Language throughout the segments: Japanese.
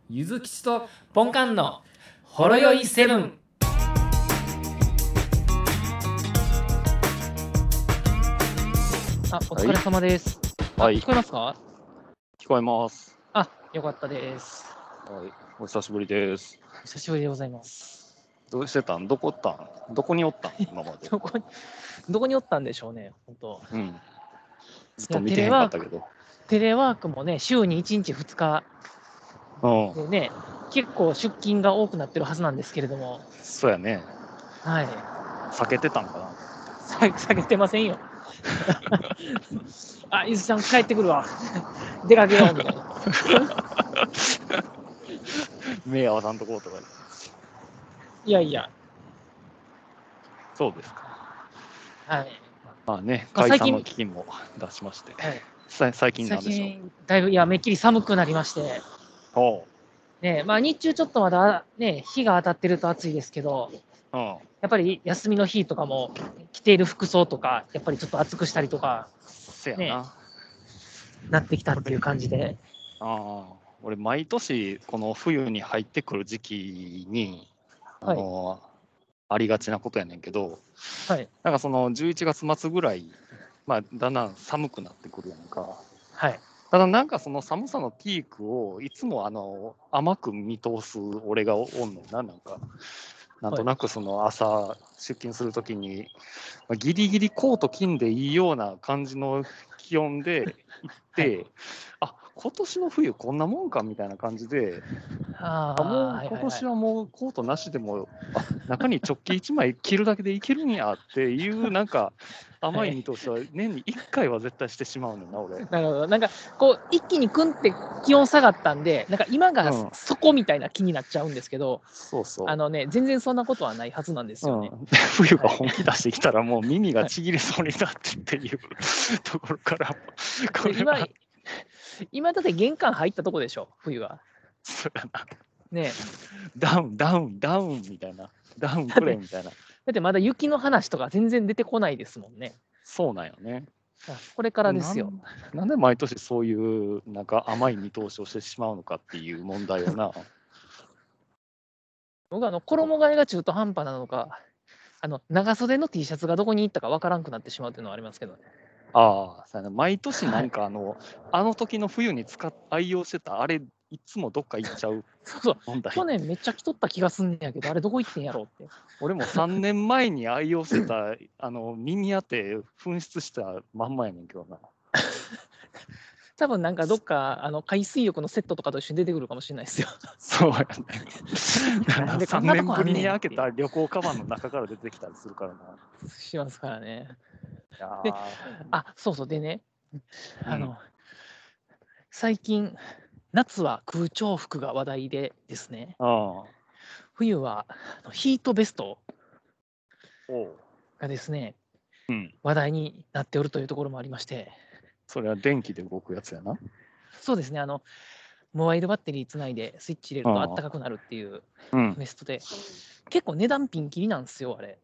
ゆずきちとポンカンのほろよいセブン。お疲れ様です。 はい、 聞こえますか？ 聞こえます。 よかったです。 はい、お久しぶりです。 お久しぶりでございます。 どうしてたん？どこおったん？どこにおったん？今まで。 どこにおったんでしょうね、本当。 うん。ずっいや、 と見てへんかったけど。 テレワークもね、週に1日2日うん。 でね、結構出勤が多くなってるはずなんですけれども、 そうやね。 はい。 避けてたんか下げてませんよ。ゆずきさん帰ってくるわ。出かけようみたいな。 な。目合わさんとこうとか。 いやいや、 そうですか。 はい。 まあね、 まあ解散の基金も出しまして。 はい、 最近なんでしょう。 だいぶ、めっきり寒くなりまして、 おう。 ね、日中ちょっとまだね、日が当たってると暑いですけど、 うん。 やっぱり休みの日とかも着ている服装とか、やっぱりちょっと暑くしたりとか、ね、 せやな。 なってきたっていう感じで。 俺毎年この冬に入ってくる時期に、 はい。 ありがちなことやねんけど、 はい。 なんかその11月末ぐらい、だんだん寒くなってくるやんか。 はい。 ただなんかその寒さのピークをいつも甘く見通す俺がおんねんな、なんか。なんとなくその朝出勤するときに、ギリギリコート着んでいいような感じの気温で行って、今年の冬こんなもんかみたいな感じで、もう今年はもうコートなしでも、中に直帰1枚着るだけでいけるんやっていう、なんか甘い見通しは年に1回は絶対してしまうねんな、俺。 なるほど。なんか、こう、一気にくんって気温下がったんで、なんか今がそこみたいな気になっちゃうんですけど、 そうそう。 全然そんなことはないはずなんですよね。 冬が本気出してきたら、もう耳がちぎれそうになってっていうところから、これは。 今だって玄関入ったとこでしょ、冬は。 そうやな。 ねダウン、ダウン、ダウンみたいな。ダウンくれみたいな。 だってまだ雪の話とか全然出てこないですもんね。 そうなんよね。 これからですよ。 なんで毎年そういうなんか甘い見通しをしてしまうのかっていう問題をな。 僕衣替えが中途半端なのか、長袖の T シャツがどこに行ったかわからんくなってしまうっていうのはありますけどね。 そうやな。毎年なんかあの時の冬に愛用してたあれ、いつもどっか行っちゃうそう問題。 去年めっちゃ着とった気がすんねやけど、あれどこ行ってんやろうって。 俺も3年前に愛用してた耳当て紛失したまんまやねんけどな。 多分なんかどっか海水浴のセットとかと一緒に出てくるかもしれないですよ。 そうやね。 なんでこ 3 んなとこあ年ぶりにんねんって開けた旅行カバンの中から出てきたりするからな。 しますからね。 いやで、そうそう。でね、 うん最近、夏は空調服が話題でですね、 あ冬はヒートベストおうがですね、 うん話題になっておるというところもありまして、 それは電気で動くやつやな。 そうですね、モバイルバッテリーつないでスイッチ入れるとあったかくなるっていううんベストで、結構値段ピンキリなんですよ、あれ。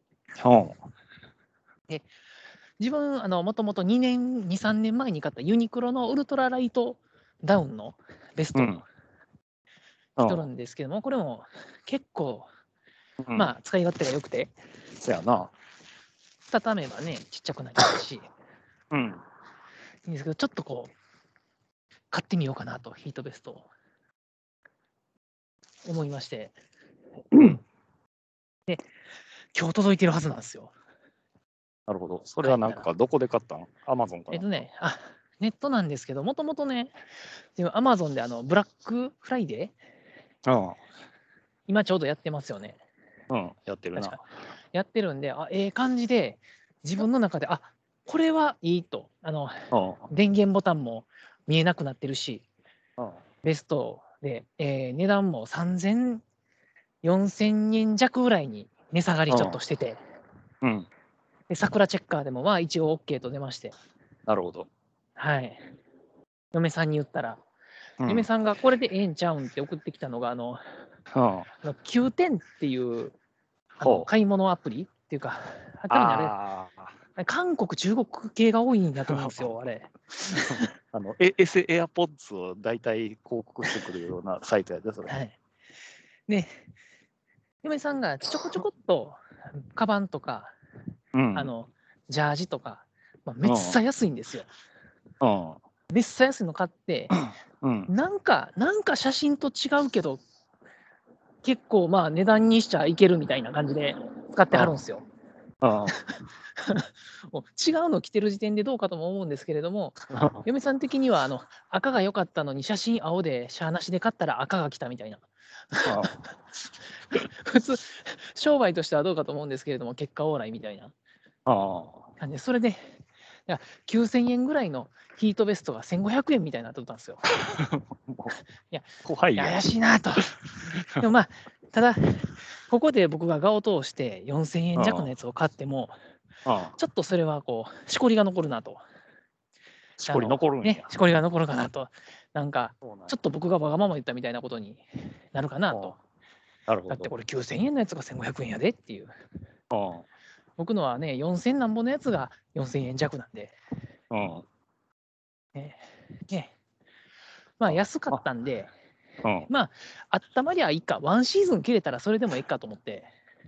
自分、もともと2、3年前に買ったユニクロのウルトラライトダウンのベストを着とるんですけども、これも結構、使い勝手が良くて、 そやな。 畳めばね、ちっちゃくなりますし、いうんいんですけど、ちょっとこう、買ってみようかなと、ヒートベストを思いまして、で、今日届いてるはずなんですよ。 なるほど。それはなんかどこで買ったん？アマゾンかな。 ネットなんですけど、もともとね、アマゾンでブラックフライデー、今ちょうどやってますよね。 やってるな。 やってるんで、ええ感じで、自分の中で、これはいいと。電源ボタンも見えなくなってるし、ベストで、値段も3000、4000円弱ぐらいに値下がりちょっとしてて、で桜チェッカーでも一応 OK と出まして、 なるほど。 はい。嫁さんに言ったら、嫁さんがこれでええんちゃうんって送ってきたのが、9点っていう買い物アプリっていうか、多分あれ、韓国、中国系が多いんだと思うんですよ、あれ。 エセエアポッズを大体広告してくるようなサイトやで、それ。 はい。で、嫁さんがちょこちょこっと、カバンとか、 うん。 ジャージとか、めっちゃ安いんですよ。 うん。 めっちゃ安いの買って、 うん。 なんか写真と違うけど、結構値段にしちゃいけるみたいな感じで使ってはるんですよ。もう違うの着てる時点でどうかとも思うんですけれども、嫁さん的には赤が良かったのに写真青でシャーなしで買ったら赤が来たみたいな。普通、商売としてはどうかと思うんですけれども、結果オーライみたいな感じで、それで、いや9000円ぐらいのヒートベストが1500円みたいになってたんですよ。いや、 怖いよ。 怪しいなと。でもただ、ここで僕が画を通して4000円弱のやつを買っても、ちょっとそれはしこりが残るなと。 しこり残るんや。 しこりが残るかなと。なんか、ちょっと僕がわがまま言ったみたいなことになるかなと。 なるほど。 だってこれ9000円のやつが1500円やでっていう。僕のはね、4000何本のやつが4000円弱なんで。安かったんで、あったまりゃいいか、ワンシーズン切れたらそれでもいいかと思って、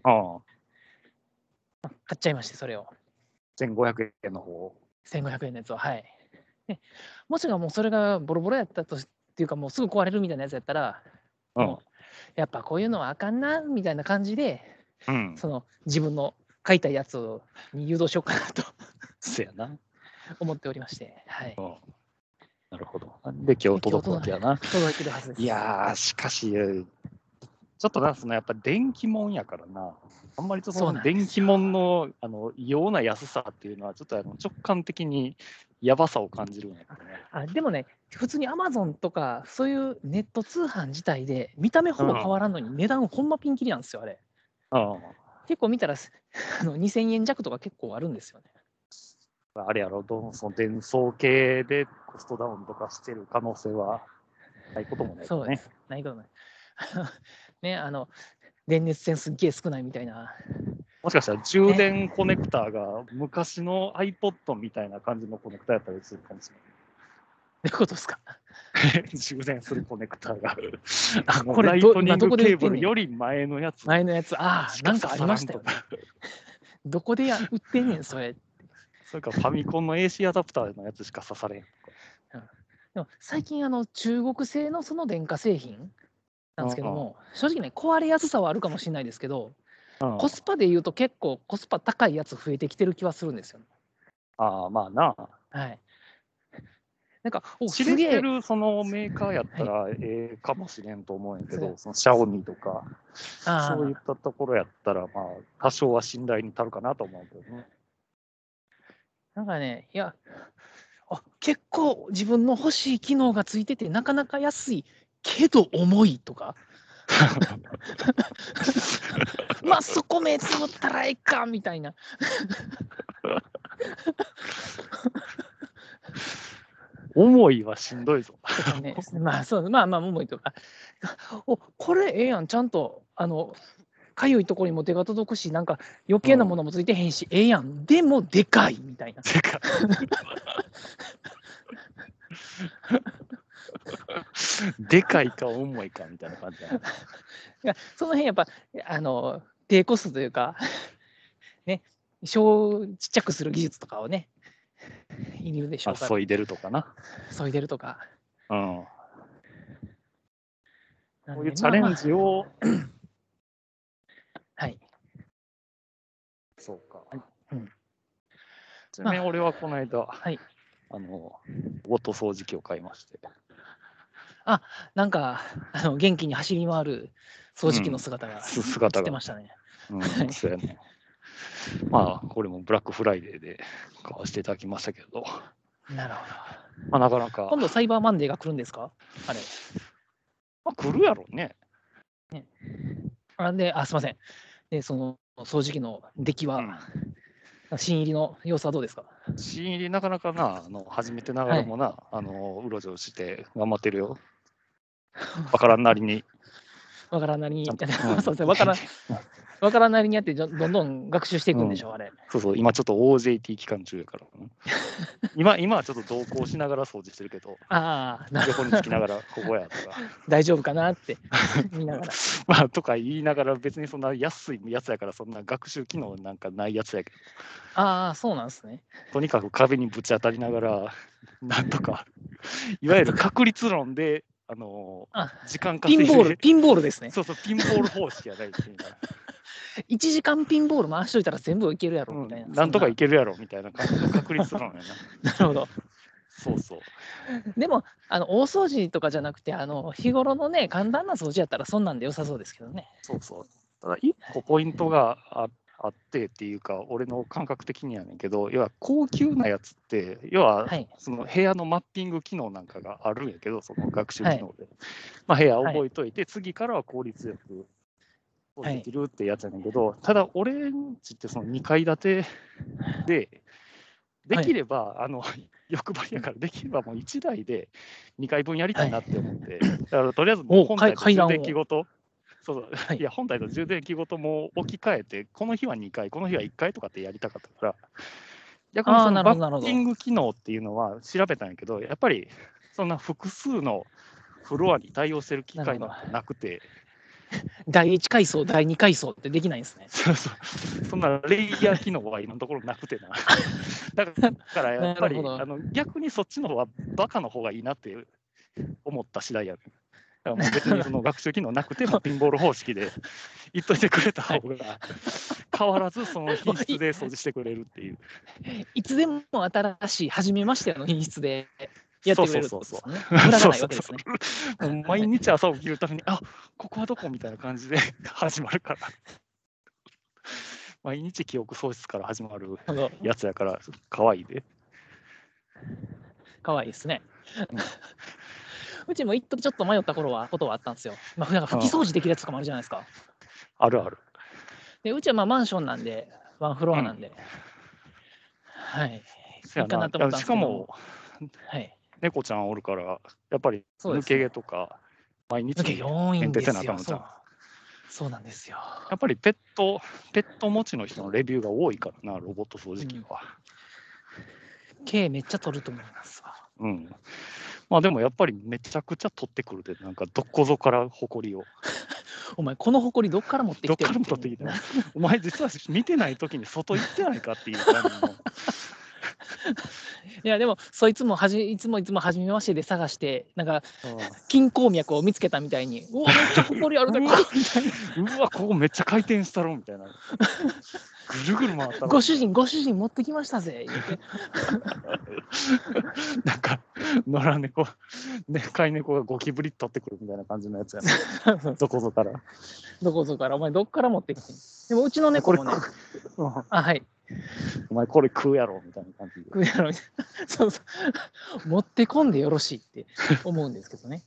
買っちゃいまして、それを。 1500円の方。 1500円のやつを、はい。もしがもうそれがボロボロやったとっていうか、もうすぐ壊れるみたいなやつやったら、もうやっぱこういうのはあかんなみたいな感じで、自分の書いたやつに誘導しようかなとそうやな思っておりまして、はい。 なるほど。で、今日届くわけやな。 届いてるはずです。 いやー、しかし、ちょっとやっぱ電気もんやからな。あんまりその電気もんの異様な安さっていうのは、ちょっと直感的にやばさを感じるんやけどね。 でもね、普通に Amazon とか、そういうネット通販自体で、見た目ほぼ変わらんのに、値段ほんまピンキリなんですよ、あれ。結構見たら2000円弱とか結構あるんですよね。 あれやろ、その伝送系でコストダウンとかしてる可能性はないこともない、ね。 そうです。ないことない。ね、電熱線すっげえ少ないみたいな。 もしかしたら充電コネクターが昔の iPod みたいな感じのコネクターやったりするかもしれない。 どういうことですか？ 充電するコネクターが。 これライトニングケーブルより前のやつ。 なんかありましたよね。どこで売ってんねん、それ。 それかファミコンの AC アダプターのやつしか刺されん。 でも最近中国製のその電化製品なんですけども、正直ね、壊れやすさはあるかもしれないですけど、コスパで言うと結構コスパ高いやつ増えてきてる気はするんですよね。 まあな。 はい。なんか、 知れてるそのメーカーやったらええかもしれんと思うんやけど、そのシャオミとか、そういったところやったら、多少は信頼に足るかなと思うけどね。 なんかね、いや、結構自分の欲しい機能がついてて、なかなか安いけど重いとか。そこ目つぶったらいいかみたいな。 重いはしんどいぞ。 重いとか。これええやん、ちゃんと、かゆいところにも手が届くし、なんか余計なものもついてへんし、ええやん。でもでかいみたいな。 でかい。でかいか重いかみたいな感じだ、ね。 いやその辺やっぱ低コストというかね、ちっちゃくする技術とかをねいるでしょうから。 削いでるとかな。 削いでるとか。 こういうチャレンジを。 はい。 そうか。ちなみに俺はこの間、ウォット掃除機を買いまして。 なんか元気に走り回る掃除機の姿が映ってましたね。 そうやね。これもブラックフライデーで買わせていただきましたけど。 なるほど。 なかなか。 今度サイバーマンデーが来るんですか？あれ。 来るやろうね。 すいません。で、その掃除機の出来は、新入りの様子はどうですか？ 新入りなかなかな、始めてながらもな、うろちょろして頑張ってるよ。わからんなりに。 わからんなりに。そうですね、わからん。 わからないなりにやってどんどん学習していくんでしょ、あれ。 そうそう、今ちょっと OJT 期間中やから。今はちょっと同行しながら掃除してるけど、横につきながら、ここやとか。 大丈夫かなって見ながら。 まあ、とか言いながら、別にそんな安いやつやから、そんな学習機能なんかないやつやけど。 そうなんですね。 とにかく壁にぶち当たりながら、なんとか、いわゆる確率論で、時間稼いで。 ピンボールですね。 そうそう、ピンボール方式やないっていうか。 1時間ピンボール回しといたら全部いけるやろみたいな。 なんとかいけるやろみたいな感じの確率論やな。 なるほど。 そうそう。 でも、大掃除とかじゃなくて、日頃のね、簡単な掃除やったら、そんなんで良さそうですけどね。 そうそう。ただ、一個ポイントがあってっていうか、俺の感覚的にやねんけど、要は高級なやつって、要はその部屋のマッピング機能なんかがあるんやけど、その学習機能で。まあ、部屋覚えといて、次からは効率よくできるってやつやねんけど、ただ、俺んちってその2階建てで、できれば、欲張りやから、できればもう1台で2回分やりたいなって思って、だからとりあえず本体と充電器ごと、いや、本体と充電器ごとも置き換えて、この日は2回、この日は1回とかってやりたかったから、逆にそのバッティング機能っていうのは調べたんやけど、やっぱりそんな複数のフロアに対応してる機械なんてなくて、 第1階層、第2階層ってできないんですね。 そうそう。そんなレイヤー機能は今のところなくてな。だからやっぱり逆にそっちの方はバカの方がいいなって思った次第やね。だからもう別にその学習機能なくてもピンボール方式で言っといてくれた方が変わらずその品質で掃除してくれるっていう。 いつでも新しい初めましての品質で。やってくれるそうそうそう。 無駄がないわけですね。 毎日朝起きるために、ここはどこみたいな感じで始まるから。毎日記憶喪失から始まるやつやから、かわいいで。 かわいいですね。うちも一時ちょっと迷ったことはあったんですよ。なんか拭き掃除できるやつとかもあるじゃないですか。 あるある。 で、うちはマンションなんで、ワンフロアなんで。はい。いいかなと思ったんですけど。 しかも、猫ちゃんおるから、やっぱり抜け毛とか、毎日メンテせなあかんじゃん。 そうなんですよ。 やっぱりペット持ちの人のレビューが多いからな、ロボット掃除機は。 毛めっちゃ取ると思いますわ。 まあでもやっぱりめちゃくちゃ取ってくるで、なんかどこぞからほこりを。 お前、このほこりどっから持ってきてるの？ どっから持ってきてるの？お前実は見てないときに外行ってないかっていう感じの。 いやでもそいつもいつも初めましてで探してなんか筋鉱脈を見つけたみたいに、うわめっちゃほこりあるねみたいな。 うわここめっちゃ回転したろみたいな。ぐるぐる回ったろ。 ご主人持ってきましたぜ言って。 なんか野良猫飼い猫がゴキブリ取ってくるみたいな感じのやつやな。どこぞからお前どっから持ってきてん。でもうちの猫もね、はい。 お前これ食うやろみたいな感じで。 食うやろみたいな。そう持ってこんでよろしいって思うんですけどね。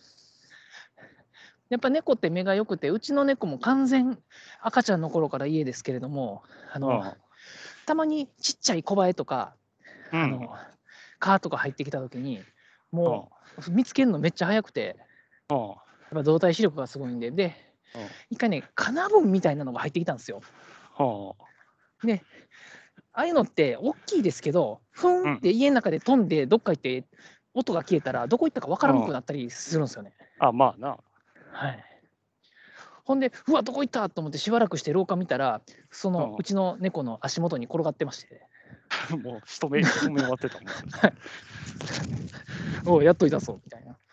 やっぱ猫って目が良くて、うちの猫も完全赤ちゃんの頃から家ですけれども、たまにちっちゃい小バエとか、蚊とか入ってきた時にもう見つけるのめっちゃ早くて、やっぱ動体視力がすごいんで、一回ねカナブンみたいなのが入ってきたんですよ。でああいうのって大きいですけど、ふんって家の中で飛んでどっか行って音が消えたらどこ行ったか分からなくなったりするんですよね。 まあな。 はい。ほんでうわどこ行ったと思ってしばらくして廊下見たら、そのうちの猫の足元に転がってまして。 もう一目終わってたもん。 おやっといたそうみたいな。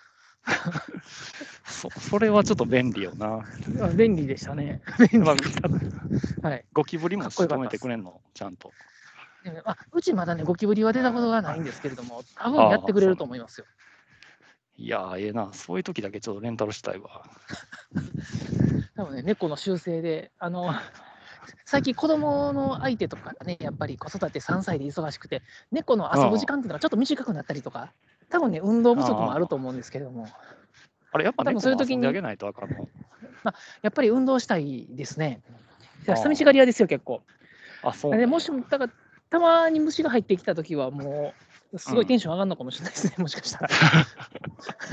それはちょっと便利よな。 便利でしたね。 はい。ゴキブリも仕留めてくれんのちゃんと。 うちまだねゴキブリは出たことがないんですけれども、多分やってくれると思いますよ。 いやええな、そういう時だけちょっとレンタルしたいわ。 多分ね、猫の習性で、最近子供の相手とかね、やっぱり子育て3歳で忙しくて、猫の遊ぶ時間っていうのがちょっと短くなったりとか、多分ね、運動不足もあると思うんですけれども。 あれ、やっぱ猫も遊んであげないとあかんの？ やっぱり運動したいですね。寂しがり屋ですよ、結構。 そう。 もしも、だから、たまに虫が入ってきたときは、もう、すごいテンション上がるのかもしれないですね、もしかしたら。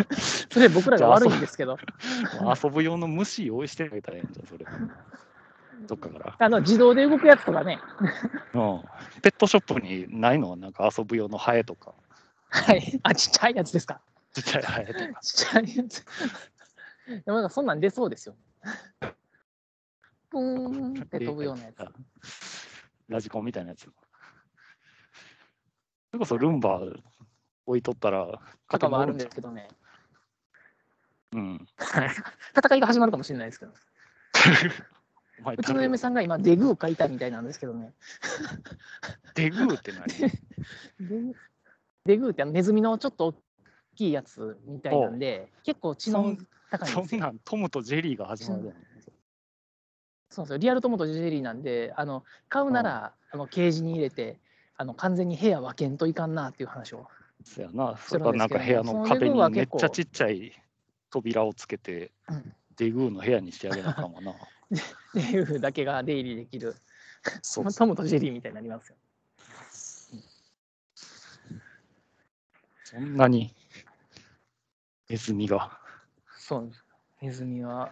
それ僕らが悪いんですけど。 遊ぶ用の虫用意してあげたらええんじゃん、それ。 どっかから。 自動で動くやつとかね。 うん。ペットショップにないのはなんか遊ぶ用のハエとか。 はい。あ、ちっちゃいやつですか。 ちっちゃいハエとか。 ちっちゃいやつ。でもなんかそんなん出そうですよ。プーンって飛ぶようなやつ。 ラジコンみたいなやつ。それこそルンバ置いとったら、 とかもあるんですけどね。 うん。 戦いが始まるかもしれないですけど。うちの嫁さんが今、デグーを買いたいみたいなんですけどね。 デグーって何？ デグーってネズミのちょっと大きいやつみたいなんで、結構知能高いんですよ。 そんなんトムとジェリーが始まるやん。 そうですよ、リアルトムとジェリーなんで、買うなら、ケージに入れて、完全に部屋分けんといかんなっていう話を。 そうやな、 それはなんか部屋の壁にめっちゃちっちゃい扉をつけて、デグーの部屋にしてあげなあかんわな。 デグーだけが出入りできる、トムとジェリーみたいになりますよ。 そんなにネズミが。 そうです。ネズミは、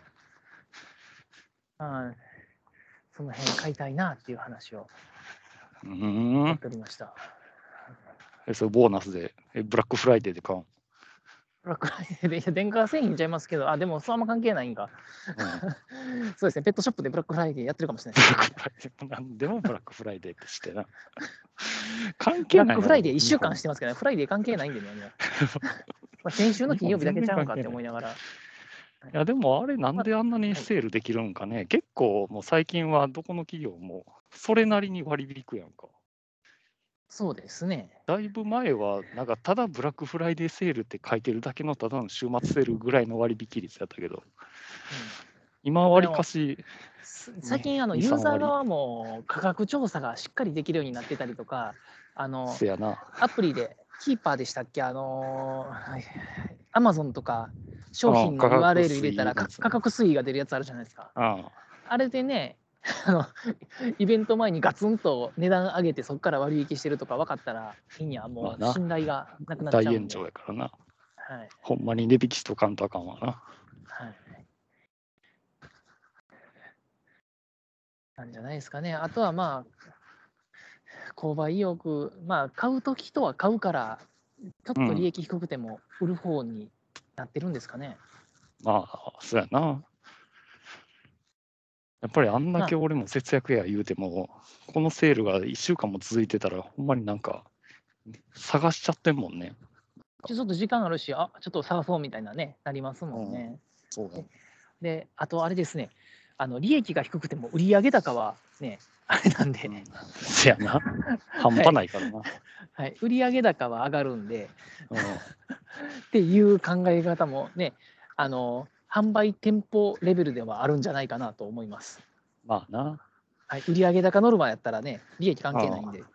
その辺買いたいなっていう話をやっておりました。 それボーナスで、ブラックフライデーで買うん？ ブラックフライデーで、いや、電化製品ちゃいますけど、でも、そうあんま関係ないんか。そうですね、ペットショップでブラックフライデーやってるかもしれないですね。 なんでもブラックフライデーってしてな。関係ない。 ブラックフライデー1週間してますけどね、フライデー関係ないんでね、先週の金曜日だけちゃうんかって思いながら。いや、でもあれ、なんであんなにセールできるんかね。結構、もう最近はどこの企業もそれなりに割り引くやんか。 そうですね。 だいぶ前は、なんかただブラックフライデーセールって書いてるだけのただの週末セールぐらいの割引率やったけど、今は割かし、 最近ユーザー側も価格調査がしっかりできるようになってたりとか、 せやな。 アプリで、キーパーでしたっけ、アマゾンとか商品の URL 入れたら価格推移が出るやつあるじゃないですか。あれでね、イベント前にガツンと値段上げてそこから割引してるとか分かったらいいんや、もう信頼がなくなっちゃうんで。 大炎上やからな。 はい、 ほんまに値引きしとかんとあかんわな。 はい。なんじゃないですかね。あとはまあ、購買意欲、買うときとは買うから、ちょっと利益低くても売る方になってるんですかね。 まあ、そうやな。やっぱりあんだけ俺も節約や言うても、このセールが1週間も続いてたら、ほんまになんか、探しちゃってんもんね。 ちょっと時間あるし、ちょっと探そうみたいなね、なりますもんね。 そうだね。 で、あとあれですね、利益が低くても売上高はね、あれなんで。 せやな。半端ないからな。 はい、売上高は上がるんで、っていう考え方もね、販売店舗レベルではあるんじゃないかなと思います。 まあな。 はい、売上高ノルマやったらね、利益関係ないんで。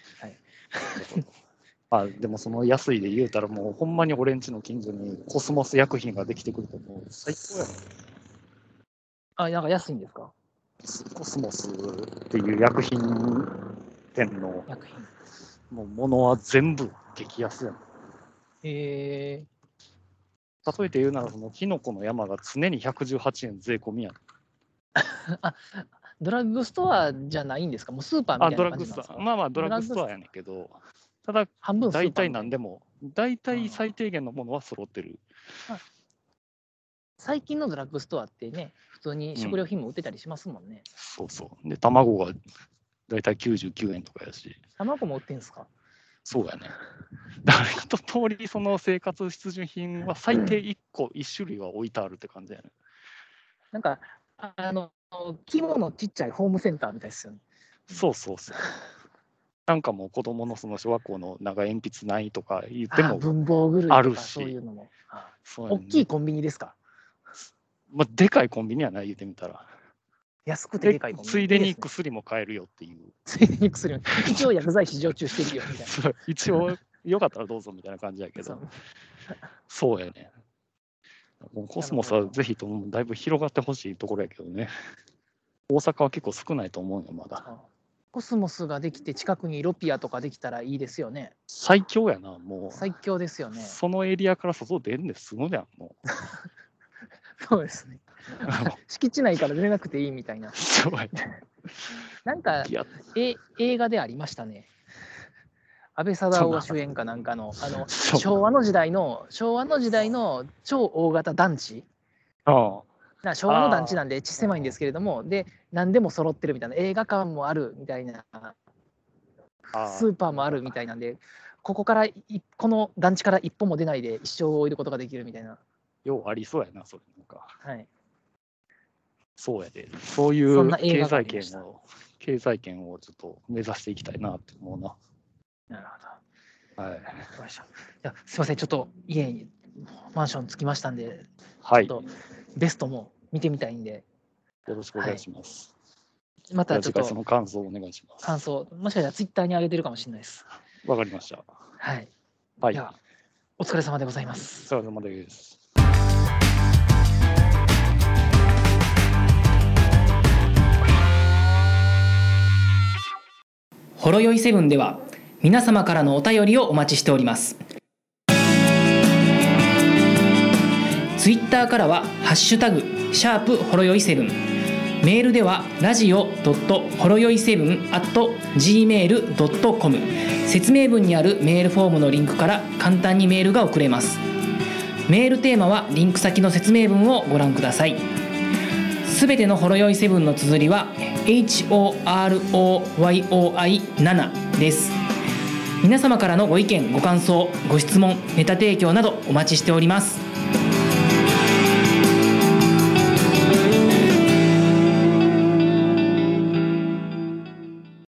はい、でもその安いで言うたらもうほんまに俺んちの近所にコスモス薬品ができてくるともう最高やもん。なんか安いんですか？ コスモスっていう薬品店のものは全部激安やん。例えて言うならそのキノコの山が常に118円税込みやん。 ドラッグストアじゃないんですか？もうスーパーみたいな感じなんですか？ まあまあドラッグストアやねんけど、ただ大体何でも大体最低限のものは揃ってる。 最近のドラッグストアってね、普通に食料品も売ってたりしますもんね。 そうそう。で、卵が大体99円とかやし。 卵も売ってんすか？ そうやね。だから一通りその生活必需品は最低1個、1種類は置いてあるって感じやね。 なんか、規模のちっちゃいホームセンターみたいですよね。 そうそうそう。なんかもう子供のその小学校の長鉛筆ないとか言っても文房具類とかそういうのも。大きいコンビニですか？ まあ、でかいコンビニはない言ってみたら。 安くてでかいコンビニ。 ついでに薬も買えるよっていう。 ついでに薬も。一応薬剤師常駐してるよみたいな。 一応よかったらどうぞみたいな感じやけど。そうやね。もうコスモスはぜひともだいぶ広がってほしいところやけどね。大阪は結構少ないと思うよ、まだ。 コスモスができて近くにロピアとかできたらいいですよね。 最強やな、もう。 最強ですよね。 そのエリアから外出るんですごいやん、もう。 そうですね。 敷地内から出なくていいみたいな。 そうやなんか映画でありましたね。安倍貞夫が主演かなんかの昭和の時代の超大型団地。昭和の団地なんで狭いんですけれども、で何でも揃ってるみたいな、映画館もあるみたいな、スーパーもあるみたいなんで、この団地から一歩も出ないで一生を終えることができるみたいな。 ようありそうやな、それなんか。 はい。 そうやで、そういう経済圏をちょっと目指していきたいなって思うな。 なるほど。 はい。 すいません、ちょっと家にマンション着きましたんで、 はい、 ちょっとベストも見てみたいんで、 よろしくお願いします。 はい、またちょっとその感想をお願いします。 感想、もしかしたらツイッターに上げてるかもしれないです。 わかりました。 はい。 はい。 では、お疲れ様でございます。 お疲れ様です。 ほろよい7では皆様からのお便りをお待ちしております。ツイッターからはハッシュタグ#ほろよい7、メールではradio.ほろよい7@gmail.com、説明文にあるメールフォームのリンクから簡単にメールが送れます。メールテーマはリンク先の説明文をご覧ください。すべてのほろよい7の綴りは HOROYOI7 です。皆様からのご意見、ご感想、ご質問、ネタ提供などお待ちしております。